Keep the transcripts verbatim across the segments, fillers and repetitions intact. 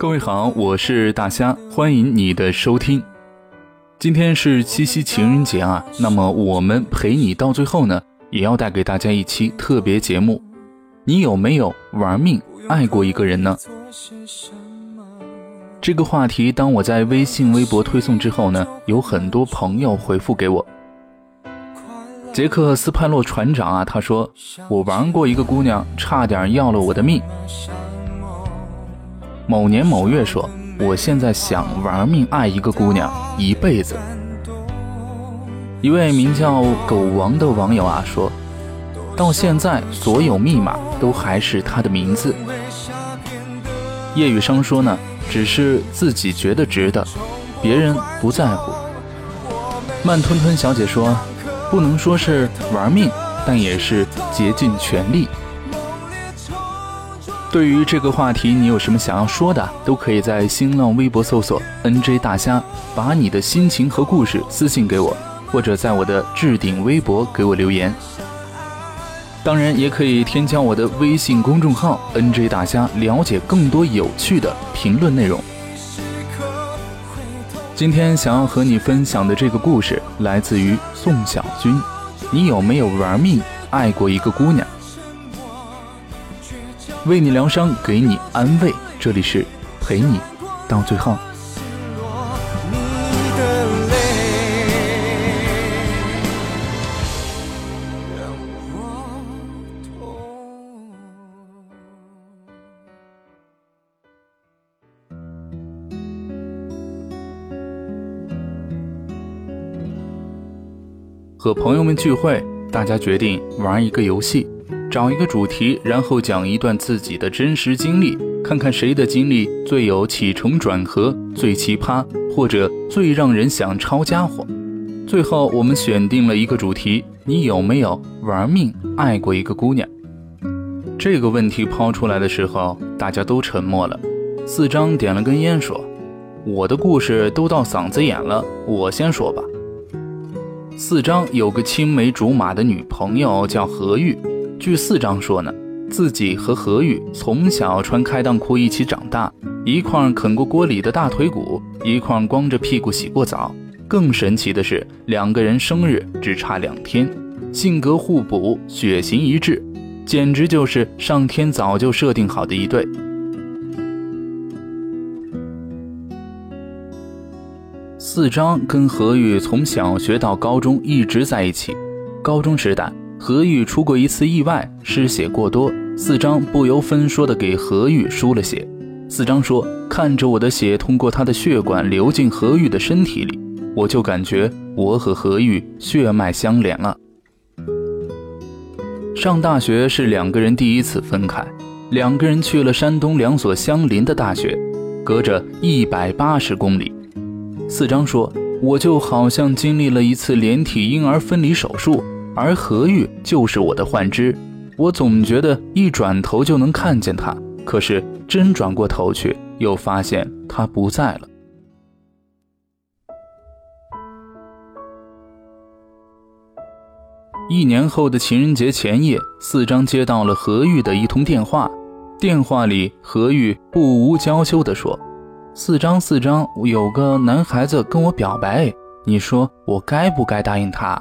各位好，我是大虾，欢迎你的收听。今天是七夕情人节啊，那么我们陪你到最后呢，也要带给大家一期特别节目。你有没有玩命爱过一个人呢？这个话题当我在微信微博推送之后呢，有很多朋友回复给我。杰克斯派洛船长啊，他说我玩过一个姑娘，差点要了我的命。某年某月说，我现在想玩命爱一个姑娘一辈子。一位名叫狗王的网友啊说，到现在所有密码都还是她的名字。叶雨生说呢，只是自己觉得值得，别人不在乎。慢吞吞小姐说，不能说是玩命，但也是竭尽全力。对于这个话题你有什么想要说的，都可以在新浪微博搜索 N J 大虾，把你的心情和故事私信给我，或者在我的置顶微博给我留言。当然也可以添加我的微信公众号 N J 大虾，了解更多有趣的评论内容。今天想要和你分享的这个故事来自于宋小军。你有没有玩命爱过一个姑娘？为你疗伤，给你安慰，这里是陪你到最后。和朋友们聚会，大家决定玩一个游戏，找一个主题，然后讲一段自己的真实经历，看看谁的经历最有起承转合，最奇葩，或者最让人想抄家伙。最后我们选定了一个主题，你有没有玩命爱过一个姑娘？这个问题抛出来的时候，大家都沉默了。四张点了根烟说，我的故事都到嗓子眼了，我先说吧。四张有个青梅竹马的女朋友叫何玉，据四张说呢，自己和何玉从小穿开裆裤一起长大，一块啃过锅里的大腿骨，一块光着屁股洗过澡。更神奇的是，两个人生日只差两天，性格互补，血型一致，简直就是上天早就设定好的一对。四张跟何玉从小学到高中一直在一起。高中时代，何玉出过一次意外，失血过多，四张不由分说地给何玉输了血。四张说，看着我的血通过他的血管流进何玉的身体里，我就感觉我和何玉血脉相连了。上大学是两个人第一次分开，两个人去了山东两所相邻的大学，隔着一百八十公里。四张说，我就好像经历了一次连体婴儿分离手术，而何玉就是我的幻肢。我总觉得一转头就能看见他，可是真转过头去，又发现他不在了。一年后的情人节前夜，四张接到了何玉的一通电话。电话里何玉不无娇羞地说，四张四张，有个男孩子跟我表白，你说我该不该答应他？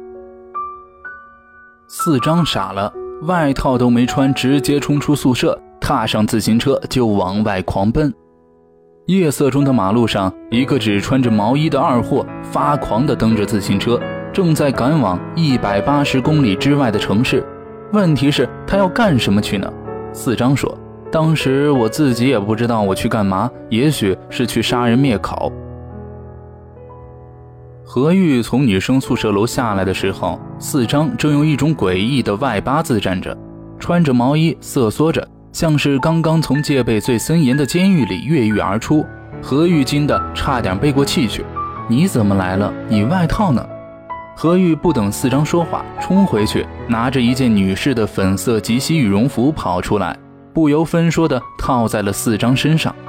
四张傻了，外套都没穿，直接冲出宿舍，踏上自行车就往外狂奔。夜色中的马路上，一个只穿着毛衣的二货发狂地蹬着自行车，正在赶往一百八十公里之外的城市。问题是他要干什么去呢？四张说，当时我自己也不知道我去干嘛，也许是去杀人灭口。何玉从女生宿舍楼下来的时候，四张正用一种诡异的外八字站着，穿着毛衣，瑟缩着，像是刚刚从戒备最森严的监狱里越狱而出。何玉惊得差点背过气去，你怎么来了？你外套呢？何玉不等四张说话，冲回去拿着一件女士的粉色及膝羽绒服跑出来，不由分说地套在了四张身上。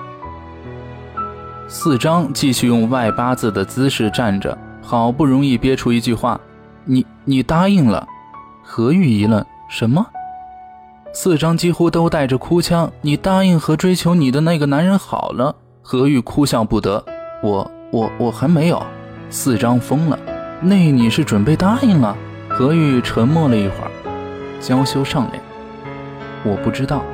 四张继续用外八字的姿势站着，好不容易憋出一句话，你你答应了。何玉一愣，什么？ 四张几乎都带着哭腔，你答应和追求你的那个男人好了。何玉哭笑不得，我我我还没有。四张疯了，那你是准备答应了？何玉沉默了一会儿，娇羞上脸，我不知道。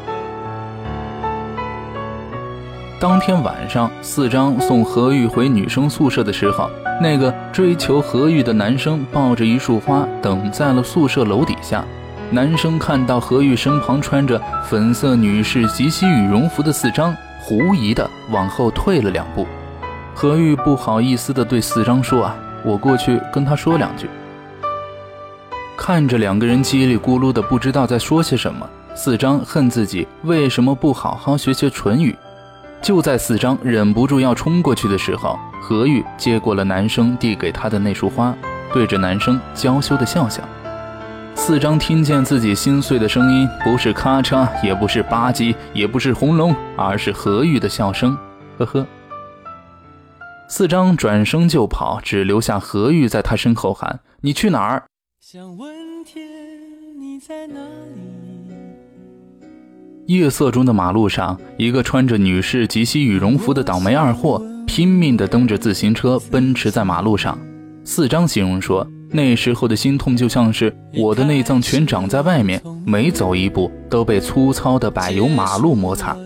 当天晚上，四张送何玉回女生宿舍的时候，那个追求何玉的男生抱着一束花等在了宿舍楼底下。男生看到何玉身旁穿着粉色女士及膝羽绒服的四张，狐疑的往后退了两步。何玉不好意思地对四张说啊，我过去跟他说两句。看着两个人叽里咕噜的不知道在说些什么，四张恨自己为什么不好好学学唇语。就在四张忍不住要冲过去的时候，何玉接过了男生递给他的那束花，对着男生娇羞的笑笑。四张听见自己心碎的声音，不是咔嚓，也不是吧唧，也不是轰隆，而是何玉的笑声，呵呵。四张转身就跑，只留下何玉在他身后喊，你去哪儿？想问天你在哪里？夜色中的马路上，一个穿着女士及膝羽绒服的倒霉二货拼命地蹬着自行车奔驰在马路上。四张形容说，那时候的心痛就像是我的内脏全长在外面，每走一步都被粗糙的柏油马路摩擦。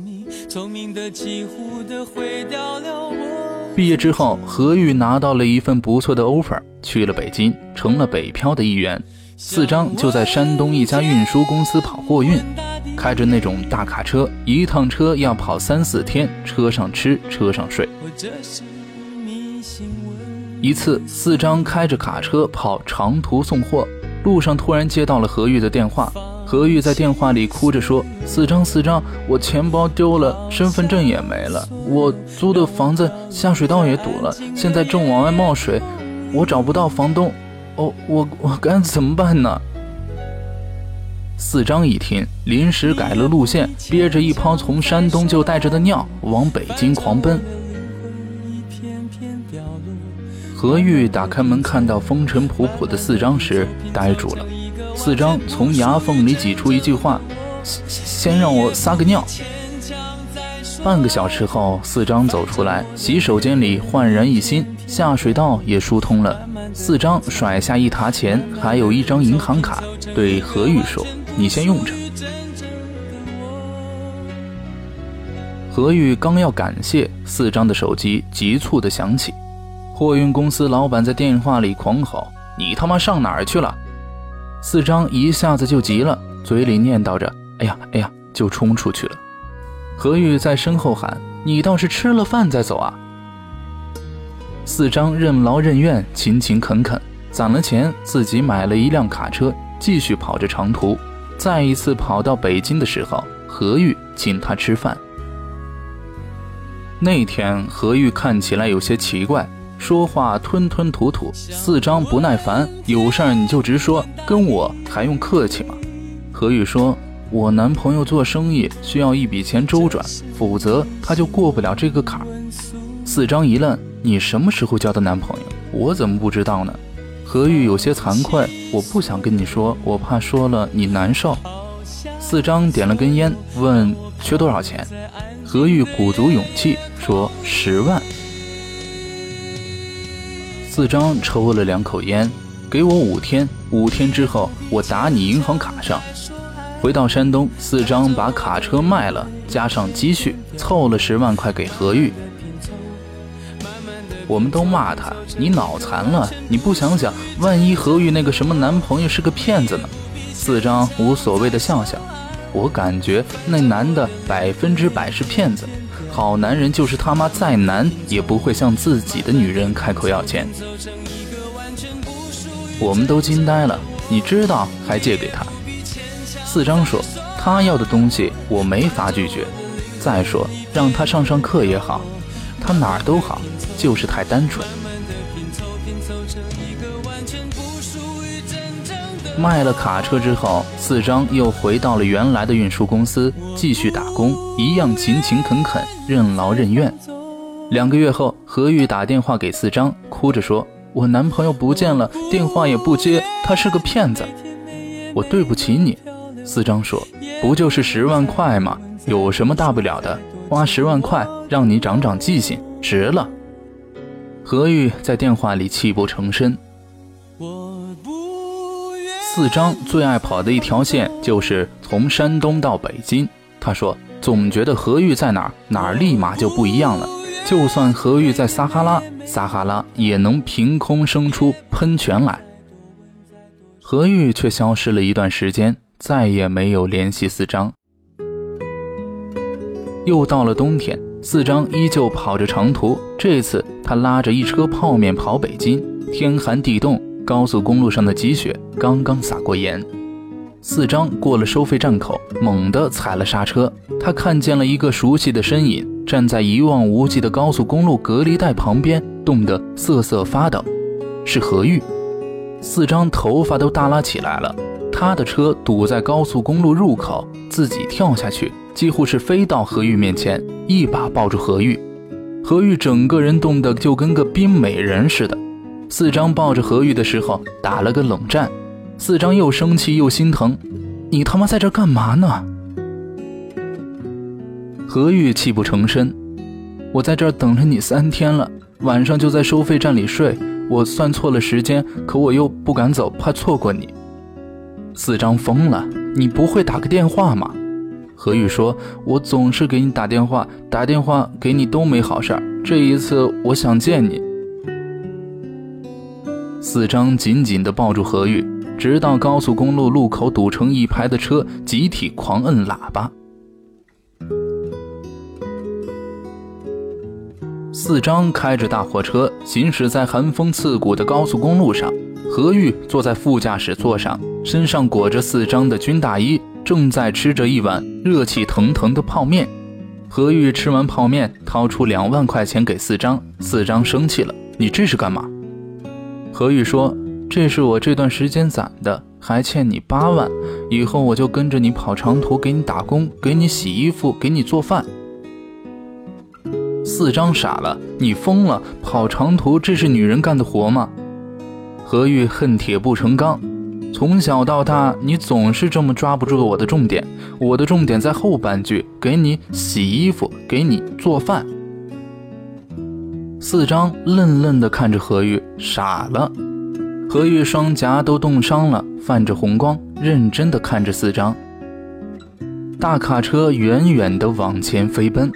毕业之后，何玉拿到了一份不错的 offer， 去了北京，成了北漂的一员。四张就在山东一家运输公司跑货运，开着那种大卡车，一趟车要跑三四天，车上吃，车上睡。一次，四张开着卡车跑长途送货，路上突然接到了何玉的电话。何玉在电话里哭着说，四张四张，我钱包丢了，身份证也没了，我租的房子下水道也堵了，现在正往外冒水，我找不到房东，哦，我我该怎么办呢？四张一听，临时改了路线，憋着一泡从山东就带着的尿往北京狂奔。何玉打开门，看到风尘仆仆的四张时呆住了。四张从牙缝里挤出一句话，先让我撒个尿。半个小时后，四张走出来，洗手间里焕然一新，下水道也疏通了。四张甩下一沓钱，还有一张银行卡，对何玉说，你先用着。何玉刚要感谢，四张的手机急促地响起，货运公司老板在电话里狂吼，你他妈上哪儿去了？四张一下子就急了，嘴里念叨着哎呀哎呀，就冲出去了。何玉在身后喊，你倒是吃了饭再走啊。四张任劳任怨，勤勤恳恳，攒了钱自己买了一辆卡车，继续跑着长途。再一次跑到北京的时候，何玉请他吃饭。那天何玉看起来有些奇怪，说话吞吞吐吐。四张不耐烦，有事儿你就直说，跟我还用客气吗？何玉说，我男朋友做生意需要一笔钱周转，否则他就过不了这个坎儿。四张一愣，你什么时候交的男朋友？我怎么不知道呢？何玉有些惭愧，我不想跟你说，我怕说了你难受。四张点了根烟，问缺多少钱？何玉鼓足勇气说十万。四张抽了两口烟，给我五天，五天之后我打你银行卡上。回到山东，四张把卡车卖了，加上积蓄，凑了十万块给何玉。我们都骂他，你脑残了，你不想想，万一何玉那个什么男朋友是个骗子呢？四张无所谓的笑笑，我感觉那男的百分之百是骗子，好男人就是他妈再难也不会向自己的女人开口要钱。我们都惊呆了，你知道还借给他？四张说，他要的东西我没法拒绝，再说让他上上课也好，他哪儿都好，就是太单纯。卖了卡车之后，四张又回到了原来的运输公司，继续打工，一样勤勤恳恳，任劳任怨。两个月后，何玉打电话给四张，哭着说，我男朋友不见了，电话也不接，他是个骗子。我对不起你。 四张说，不就是十万块吗？有什么大不了的，花十万块让你长长记性，值了。何玉在电话里泣不成声。四张最爱跑的一条线就是从山东到北京，他说总觉得何玉在哪儿哪儿立马就不一样了，就算何玉在撒哈拉，撒哈拉也能凭空生出喷泉来。何玉却消失了一段时间，再也没有联系四张。又到了冬天，四张依旧跑着长途，这次他拉着一车泡面跑北京，天寒地冻，高速公路上的积雪刚刚撒过盐。四张过了收费站口，猛地踩了刹车，他看见了一个熟悉的身影，站在一望无际的高速公路隔离带旁边，冻得瑟瑟发抖，是何玉。四张头发都耷拉起来了，他的车堵在高速公路入口，自己跳下去，几乎是飞到何玉面前，一把抱住何玉。何玉整个人冻得就跟个冰美人似的。四张抱着何玉的时候打了个冷战，四张又生气又心疼，你他妈在这干嘛呢？何玉泣不成声，我在这儿等了你三天了，晚上就在收费站里睡，我算错了时间，可我又不敢走，怕错过你。四张疯了，你不会打个电话吗？何玉说，我总是给你打电话，打电话给你都没好事儿，这一次我想见你。四张紧紧地抱住何玉，直到高速公路路口堵成一排的车集体狂摁喇叭。四张开着大货车行驶在寒风刺骨的高速公路上，何玉坐在副驾驶座上，身上裹着四张的军大衣，正在吃着一碗热气腾腾的泡面。何玉吃完泡面，掏出两万块钱给四张，四张生气了，你这是干嘛？何玉说，这是我这段时间攒的，还欠你八万，以后我就跟着你跑长途，给你打工，给你洗衣服，给你做饭。四张傻了，你疯了，跑长途这是女人干的活吗？何玉恨铁不成钢，从小到大你总是这么抓不住我的重点，我的重点在后半句，给你洗衣服，给你做饭。四张愣愣地看着何玉，傻了。何玉双颊都冻伤了，泛着红光，认真地看着四张。大卡车远远地往前飞奔。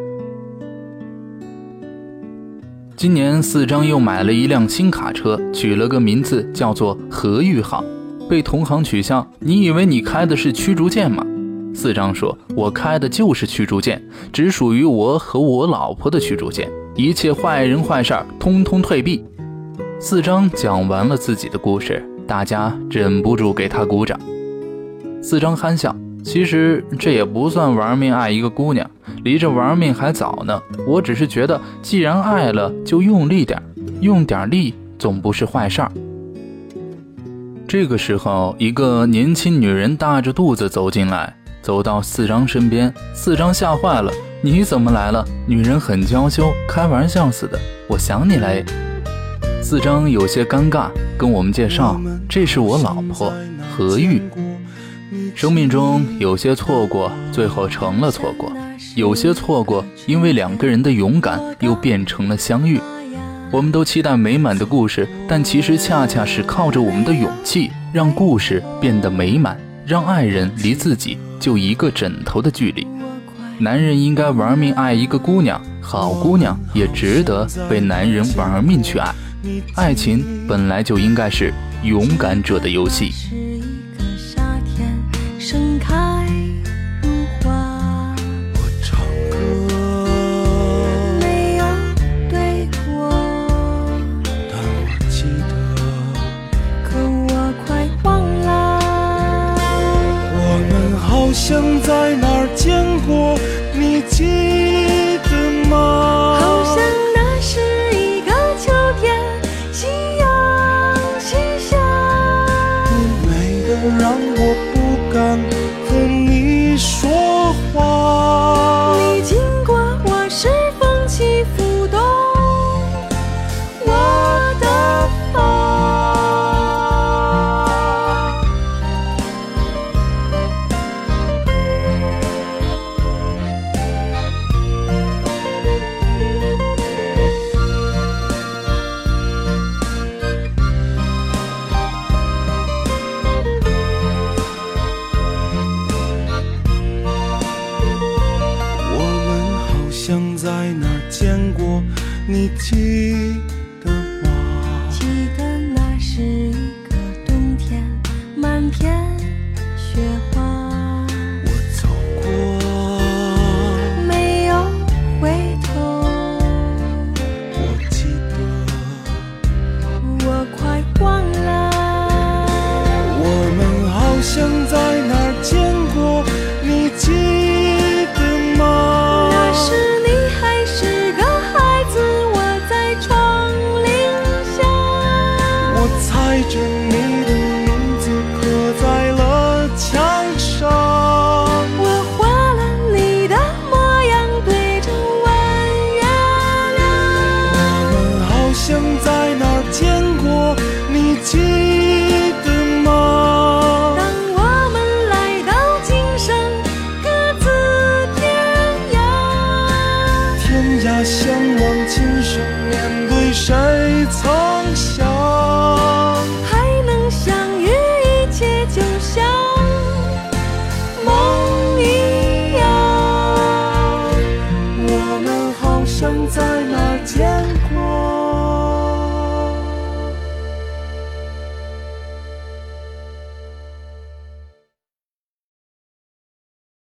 今年四张又买了一辆新卡车，取了个名字叫做何玉号，被同行取笑，你以为你开的是驱逐舰吗？四张说，我开的就是驱逐舰，只属于我和我老婆的驱逐舰，一切坏人坏事通通退避。四张讲完了自己的故事，大家忍不住给他鼓掌。四张憨笑，其实这也不算玩命爱一个姑娘，离着玩命还早呢，我只是觉得既然爱了就用力点，用点力总不是坏事儿。这个时候，一个年轻女人大着肚子走进来，走到四张身边，四张吓坏了，你怎么来了？女人很娇羞，开玩笑似的，我想你来。四张有些尴尬，跟我们介绍，这是我老婆何玉。生命中有些错过最后成了错过，有些错过因为两个人的勇敢又变成了相遇。我们都期待美满的故事，但其实恰恰是靠着我们的勇气，让故事变得美满，让爱人离自己就一个枕头的距离。男人应该玩命爱一个姑娘，好姑娘也值得被男人玩命去爱。爱情本来就应该是勇敢者的游戏。 是一个夏天盛开如花， 我唱歌没有对我， 但我记得， 可我快忘了。 我们好像在哪儿见过，你记得吗？ 好像那是一个秋天，夕阳西下， 你美得让我不敢和